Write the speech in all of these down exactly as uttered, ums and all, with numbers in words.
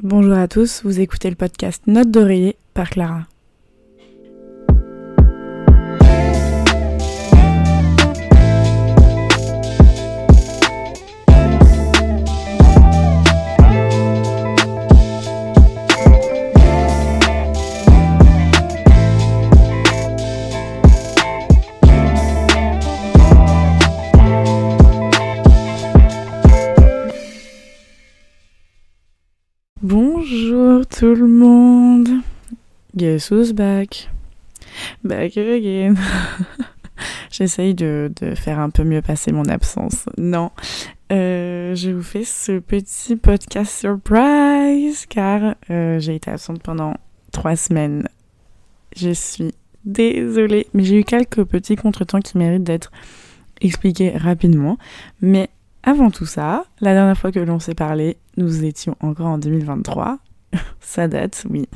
Bonjour à tous, vous écoutez le podcast Notes d'oreiller par Clara. Bonjour tout le monde. Guess who's back? Back again. J'essaye de, de faire un peu mieux passer mon absence. Non, euh, je vous fais ce petit podcast surprise car euh, j'ai été absente pendant trois semaines. Je suis désolée, mais j'ai eu quelques petits contretemps qui méritent d'être expliqués rapidement. Mais avant tout ça, la dernière fois que l'on s'est parlé, nous étions encore en deux mille vingt-trois. Ça date, oui.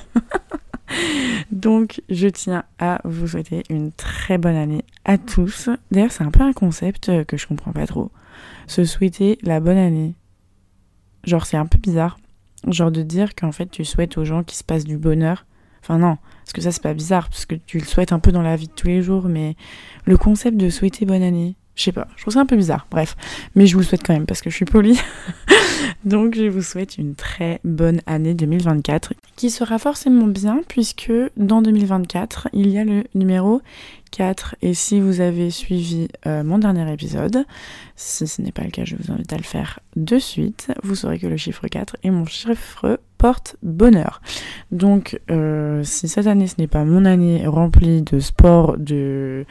Donc, je tiens à vous souhaiter une très bonne année à tous. D'ailleurs, c'est un peu un concept que je comprends pas trop. Se souhaiter la bonne année. Genre, c'est un peu bizarre. Genre de dire qu'en fait, tu souhaites aux gens qu'il se passe du bonheur. Enfin non, parce que ça, c'est pas bizarre, parce que tu le souhaites un peu dans la vie de tous les jours, mais le concept de souhaiter bonne année, je sais pas, je trouve ça un peu bizarre, bref. Mais je vous le souhaite quand même, parce que je suis polie. Donc je vous souhaite une très bonne année deux mille vingt-quatre, qui sera forcément bien, puisque dans deux mille vingt-quatre, il y a le numéro quatre. Et si vous avez suivi euh, mon dernier épisode, si ce n'est pas le cas, je vous invite à le faire de suite. Vous saurez que le chiffre quatre est mon chiffre porte bonheur. Donc euh, si cette année ce n'est pas mon année remplie de sport, de,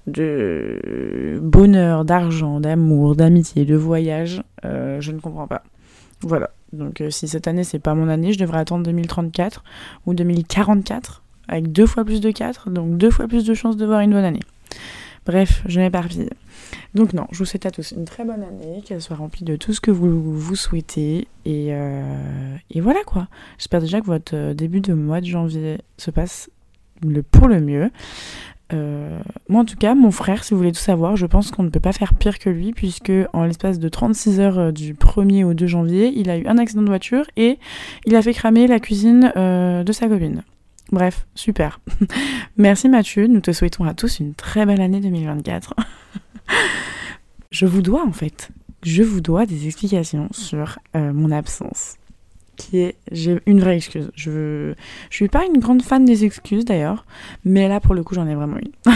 de bonheur, d'argent, d'amour, d'amitié, de voyage, euh, je ne comprends pas. Voilà, donc euh, si cette année c'est pas mon année, je devrais attendre deux mille trente-quatre ou deux mille quarante-quatre avec deux fois plus de quatre, donc deux fois plus de chances de voir une bonne année. Bref, je m'éparpille. Donc non, je vous souhaite à tous une très bonne année, qu'elle soit remplie de tout ce que vous, vous souhaitez, et, euh, et voilà quoi. J'espère déjà que votre début de mois de janvier se passe le, pour le mieux. Euh, moi en tout cas, mon frère, si vous voulez tout savoir, je pense qu'on ne peut pas faire pire que lui, puisque en l'espace de trente-six heures du premier au deux janvier, il a eu un accident de voiture et il a fait cramer la cuisine euh, de sa copine. Bref, super. Merci Mathieu, nous te souhaitons à tous une très belle année deux mille vingt-quatre. Je vous dois en fait, je vous dois des explications sur euh, mon absence, qui est, j'ai une vraie excuse. Je, je suis pas une grande fan des excuses d'ailleurs, mais là pour le coup j'en ai vraiment une.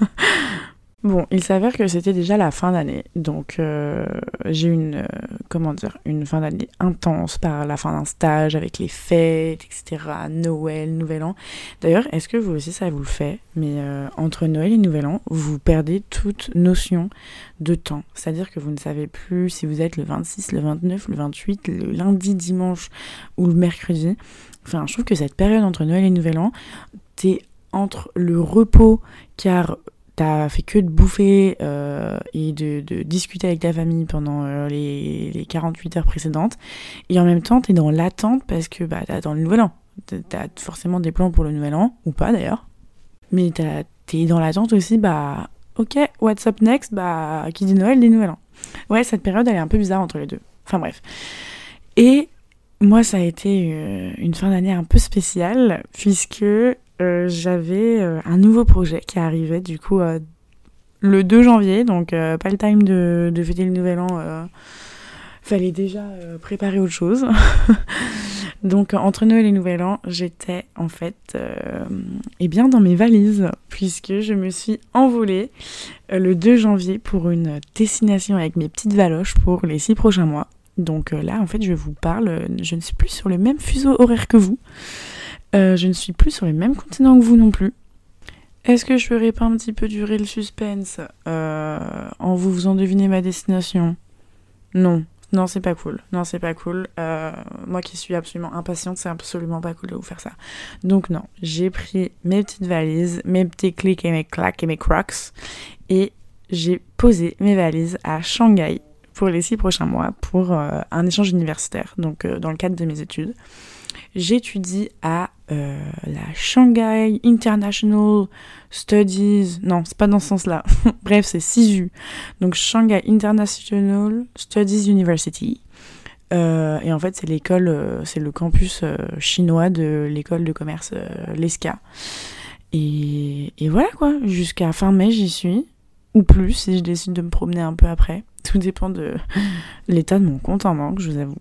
Bon, il s'avère que c'était déjà la fin d'année, donc euh, j'ai une, euh, comment dire, une fin d'année intense par la fin d'un stage avec les fêtes, et cetera. Noël, Nouvel An. D'ailleurs, est-ce que vous aussi ça vous le fait? Mais euh, entre Noël et Nouvel An, vous perdez toute notion de temps. C'est-à-dire que vous ne savez plus si vous êtes le vingt-six, le vingt-neuf, le vingt-huit, le lundi, dimanche ou le mercredi. Enfin, je trouve que cette période entre Noël et Nouvel An, t'es entre le repos, car t'as fait que de bouffer euh, et de, de discuter avec ta famille pendant euh, les, les quarante-huit heures précédentes. Et en même temps, t'es dans l'attente parce que bah, t'attends le nouvel an. T'as forcément des plans pour le nouvel an, ou pas d'ailleurs. Mais t'as, t'es dans l'attente aussi, bah, ok, what's up next? Bah, qui dit Noël, dit nouvel an. Ouais, cette période, elle est un peu bizarre entre les deux. Enfin bref. Et moi, ça a été euh, une fin d'année un peu spéciale, puisque Euh, j'avais euh, un nouveau projet qui arrivait du coup euh, le deux janvier, donc euh, pas le time de, de fêter le nouvel an, euh, fallait déjà euh, préparer autre chose. Donc entre Noël et Nouvel An, j'étais en fait euh, eh bien dans mes valises, puisque je me suis envolée euh, le deux janvier pour une destination avec mes petites valoches pour les six prochains mois. Donc euh, là en fait je vous parle, je ne suis plus sur le même fuseau horaire que vous. Euh, je ne suis plus sur les mêmes continents que vous non plus. Est-ce que je ferais pas un petit peu durer le suspense euh, en vous faisant deviner ma destination? Non, non c'est pas cool. Non c'est pas cool. Euh, moi qui suis absolument impatiente, c'est absolument pas cool de vous faire ça. Donc non, j'ai pris mes petites valises, mes petits clics et mes claques et mes crocs, et j'ai posé mes valises à Shanghai pour les six prochains mois pour euh, un échange universitaire, donc euh, dans le cadre de mes études. J'étudie à euh, la Shanghai International Studies... Non, c'est pas dans ce sens-là. Bref, c'est S I S U. Donc, Shanghai International Studies University. Euh, et en fait, c'est l'école, euh, c'est le campus euh, chinois de l'école de commerce euh, l'E S C A. Et, et voilà quoi, jusqu'à fin mai, j'y suis. Ou plus, si je décide de me promener un peu après. Tout dépend de l'état de mon compte en banque, je vous avoue.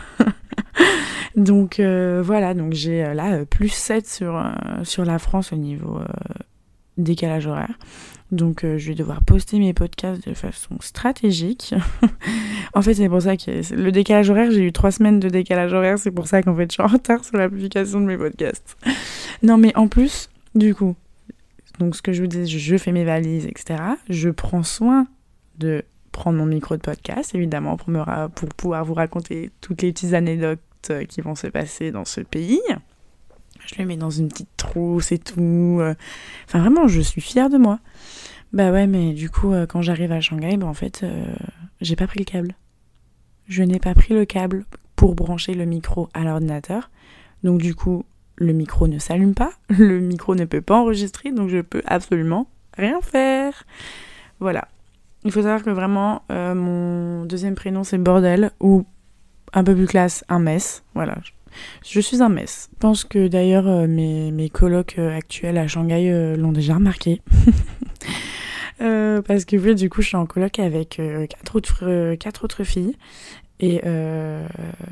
Donc euh, voilà, donc j'ai euh, là euh, plus sept sur, euh, sur la France au niveau euh, décalage horaire. Donc euh, je vais devoir poster mes podcasts de façon stratégique. En fait, c'est pour ça que le décalage horaire, j'ai eu trois semaines de décalage horaire, c'est pour ça qu'en fait je suis en retard sur la publication de mes podcasts. Non mais en plus, du coup, donc ce que je vous dis, je fais mes valises, et cetera. Je prends soin de prendre mon micro de podcast, évidemment, pour, me ra- pour pouvoir vous raconter toutes les petites anecdotes qui vont se passer dans ce pays. Je le mets dans une petite trousse et tout. Enfin, vraiment, je suis fière de moi. Bah ouais, mais du coup, quand j'arrive à Shanghai, bah en fait, euh, j'ai pas pris le câble. Je n'ai pas pris le câble pour brancher le micro à l'ordinateur. Donc du coup, le micro ne s'allume pas, le micro ne peut pas enregistrer, donc je peux absolument rien faire. Voilà. Il faut savoir que vraiment, euh, mon deuxième prénom, c'est Bordel, ou un peu plus classe, un mess. Voilà. Je suis un mess. Je pense que d'ailleurs, euh, mes, mes colocs euh, actuels à Shanghai euh, l'ont déjà remarqué. euh, parce que oui, du coup, je suis en coloc avec euh, quatre, autres, euh, quatre autres filles. Et euh,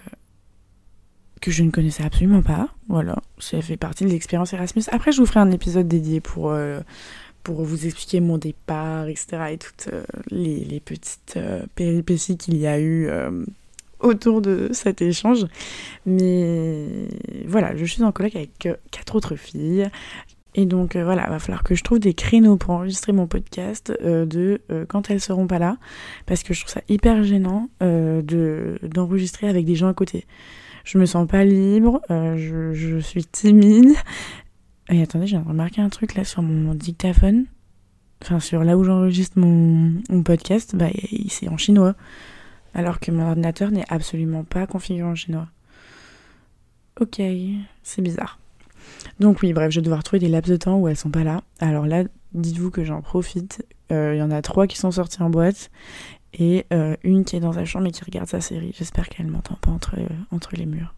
que je ne connaissais absolument pas. Voilà. Ça fait partie de l'expérience Erasmus. Après, je vous ferai un épisode dédié pour... Euh, pour vous expliquer mon départ, et cetera. Et toutes euh, les, les petites euh, péripéties qu'il y a eu euh, autour de cet échange. Mais voilà, je suis en coloc avec euh, quatre autres filles. Et donc euh, voilà, il va falloir que je trouve des créneaux pour enregistrer mon podcast euh, de euh, quand elles seront pas là. Parce que je trouve ça hyper gênant euh, de, d'enregistrer avec des gens à côté. Je me sens pas libre, euh, je, je suis timide. Et attendez, j'ai remarqué un truc là sur mon dictaphone. Enfin, sur là où j'enregistre mon, mon podcast, bah, c'est en chinois. Alors que mon ordinateur n'est absolument pas configuré en chinois. Ok, c'est bizarre. Donc oui, bref, je vais devoir trouver des laps de temps où elles sont pas là. Alors là, dites-vous que j'en profite. Il euh, y en a trois qui sont sorties en boîte. Et euh, une qui est dans sa chambre et qui regarde sa série. J'espère qu'elle m'entend pas entre, euh, entre les murs.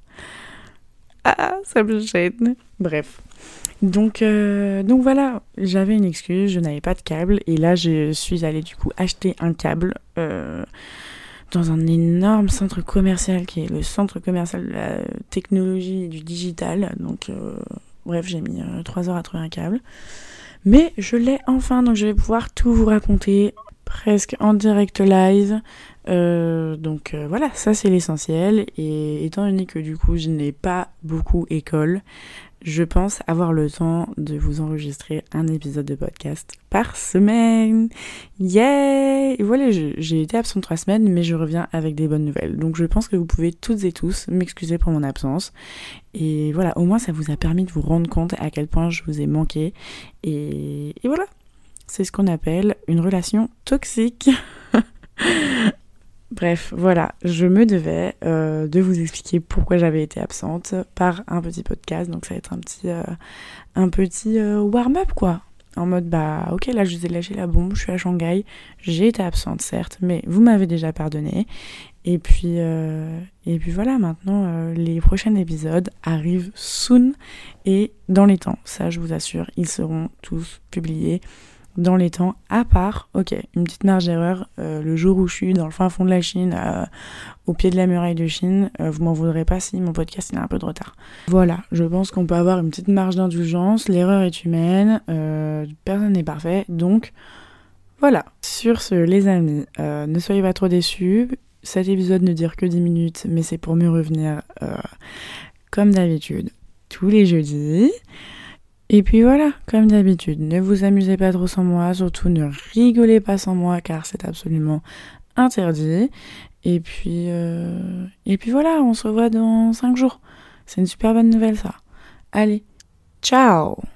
Ah, ça me gêne. Bref. Donc, euh, donc voilà, j'avais une excuse, je n'avais pas de câble. Et là, je suis allée du coup acheter un câble euh, dans un énorme centre commercial qui est le centre commercial de la technologie et du digital. Donc, euh, bref, j'ai mis euh, trois heures à trouver un câble. Mais je l'ai enfin, donc je vais pouvoir tout vous raconter presque en direct live. Euh, donc euh, voilà, ça c'est l'essentiel. Et étant donné que du coup je n'ai pas beaucoup école, je pense avoir le temps de vous enregistrer un épisode de podcast par semaine. Yeah! Et voilà, je, j'ai été absente trois semaines, mais je reviens avec des bonnes nouvelles. Donc je pense que vous pouvez toutes et tous m'excuser pour mon absence. Et voilà, au moins ça vous a permis de vous rendre compte à quel point je vous ai manqué. Et, et voilà, c'est ce qu'on appelle une relation toxique. Bref, voilà, je me devais euh, de vous expliquer pourquoi j'avais été absente par un petit podcast. Donc ça va être un petit, euh, un petit euh, warm-up quoi. En mode bah ok, là je vous ai lâché la bombe, je suis à Shanghai, j'ai été absente certes, mais vous m'avez déjà pardonné. Et puis, euh, et puis voilà, maintenant euh, les prochains épisodes arrivent soon et dans les temps. Ça je vous assure, ils seront tous publiés dans les temps, à part, ok, une petite marge d'erreur, euh, le jour où je suis dans le fin fond de la Chine, euh, au pied de la muraille de Chine, euh, vous m'en voudrez pas si mon podcast il a un peu de retard. Voilà, je pense qu'on peut avoir une petite marge d'indulgence, l'erreur est humaine, euh, personne n'est parfait, donc voilà. Sur ce, les amis, euh, ne soyez pas trop déçus, cet épisode ne dure que dix minutes, mais c'est pour mieux revenir, euh, comme d'habitude, tous les jeudis. Et puis voilà, comme d'habitude, ne vous amusez pas trop sans moi, surtout ne rigolez pas sans moi car c'est absolument interdit. Et puis, euh... et puis voilà, on se revoit dans cinq jours. C'est une super bonne nouvelle ça. Allez, ciao!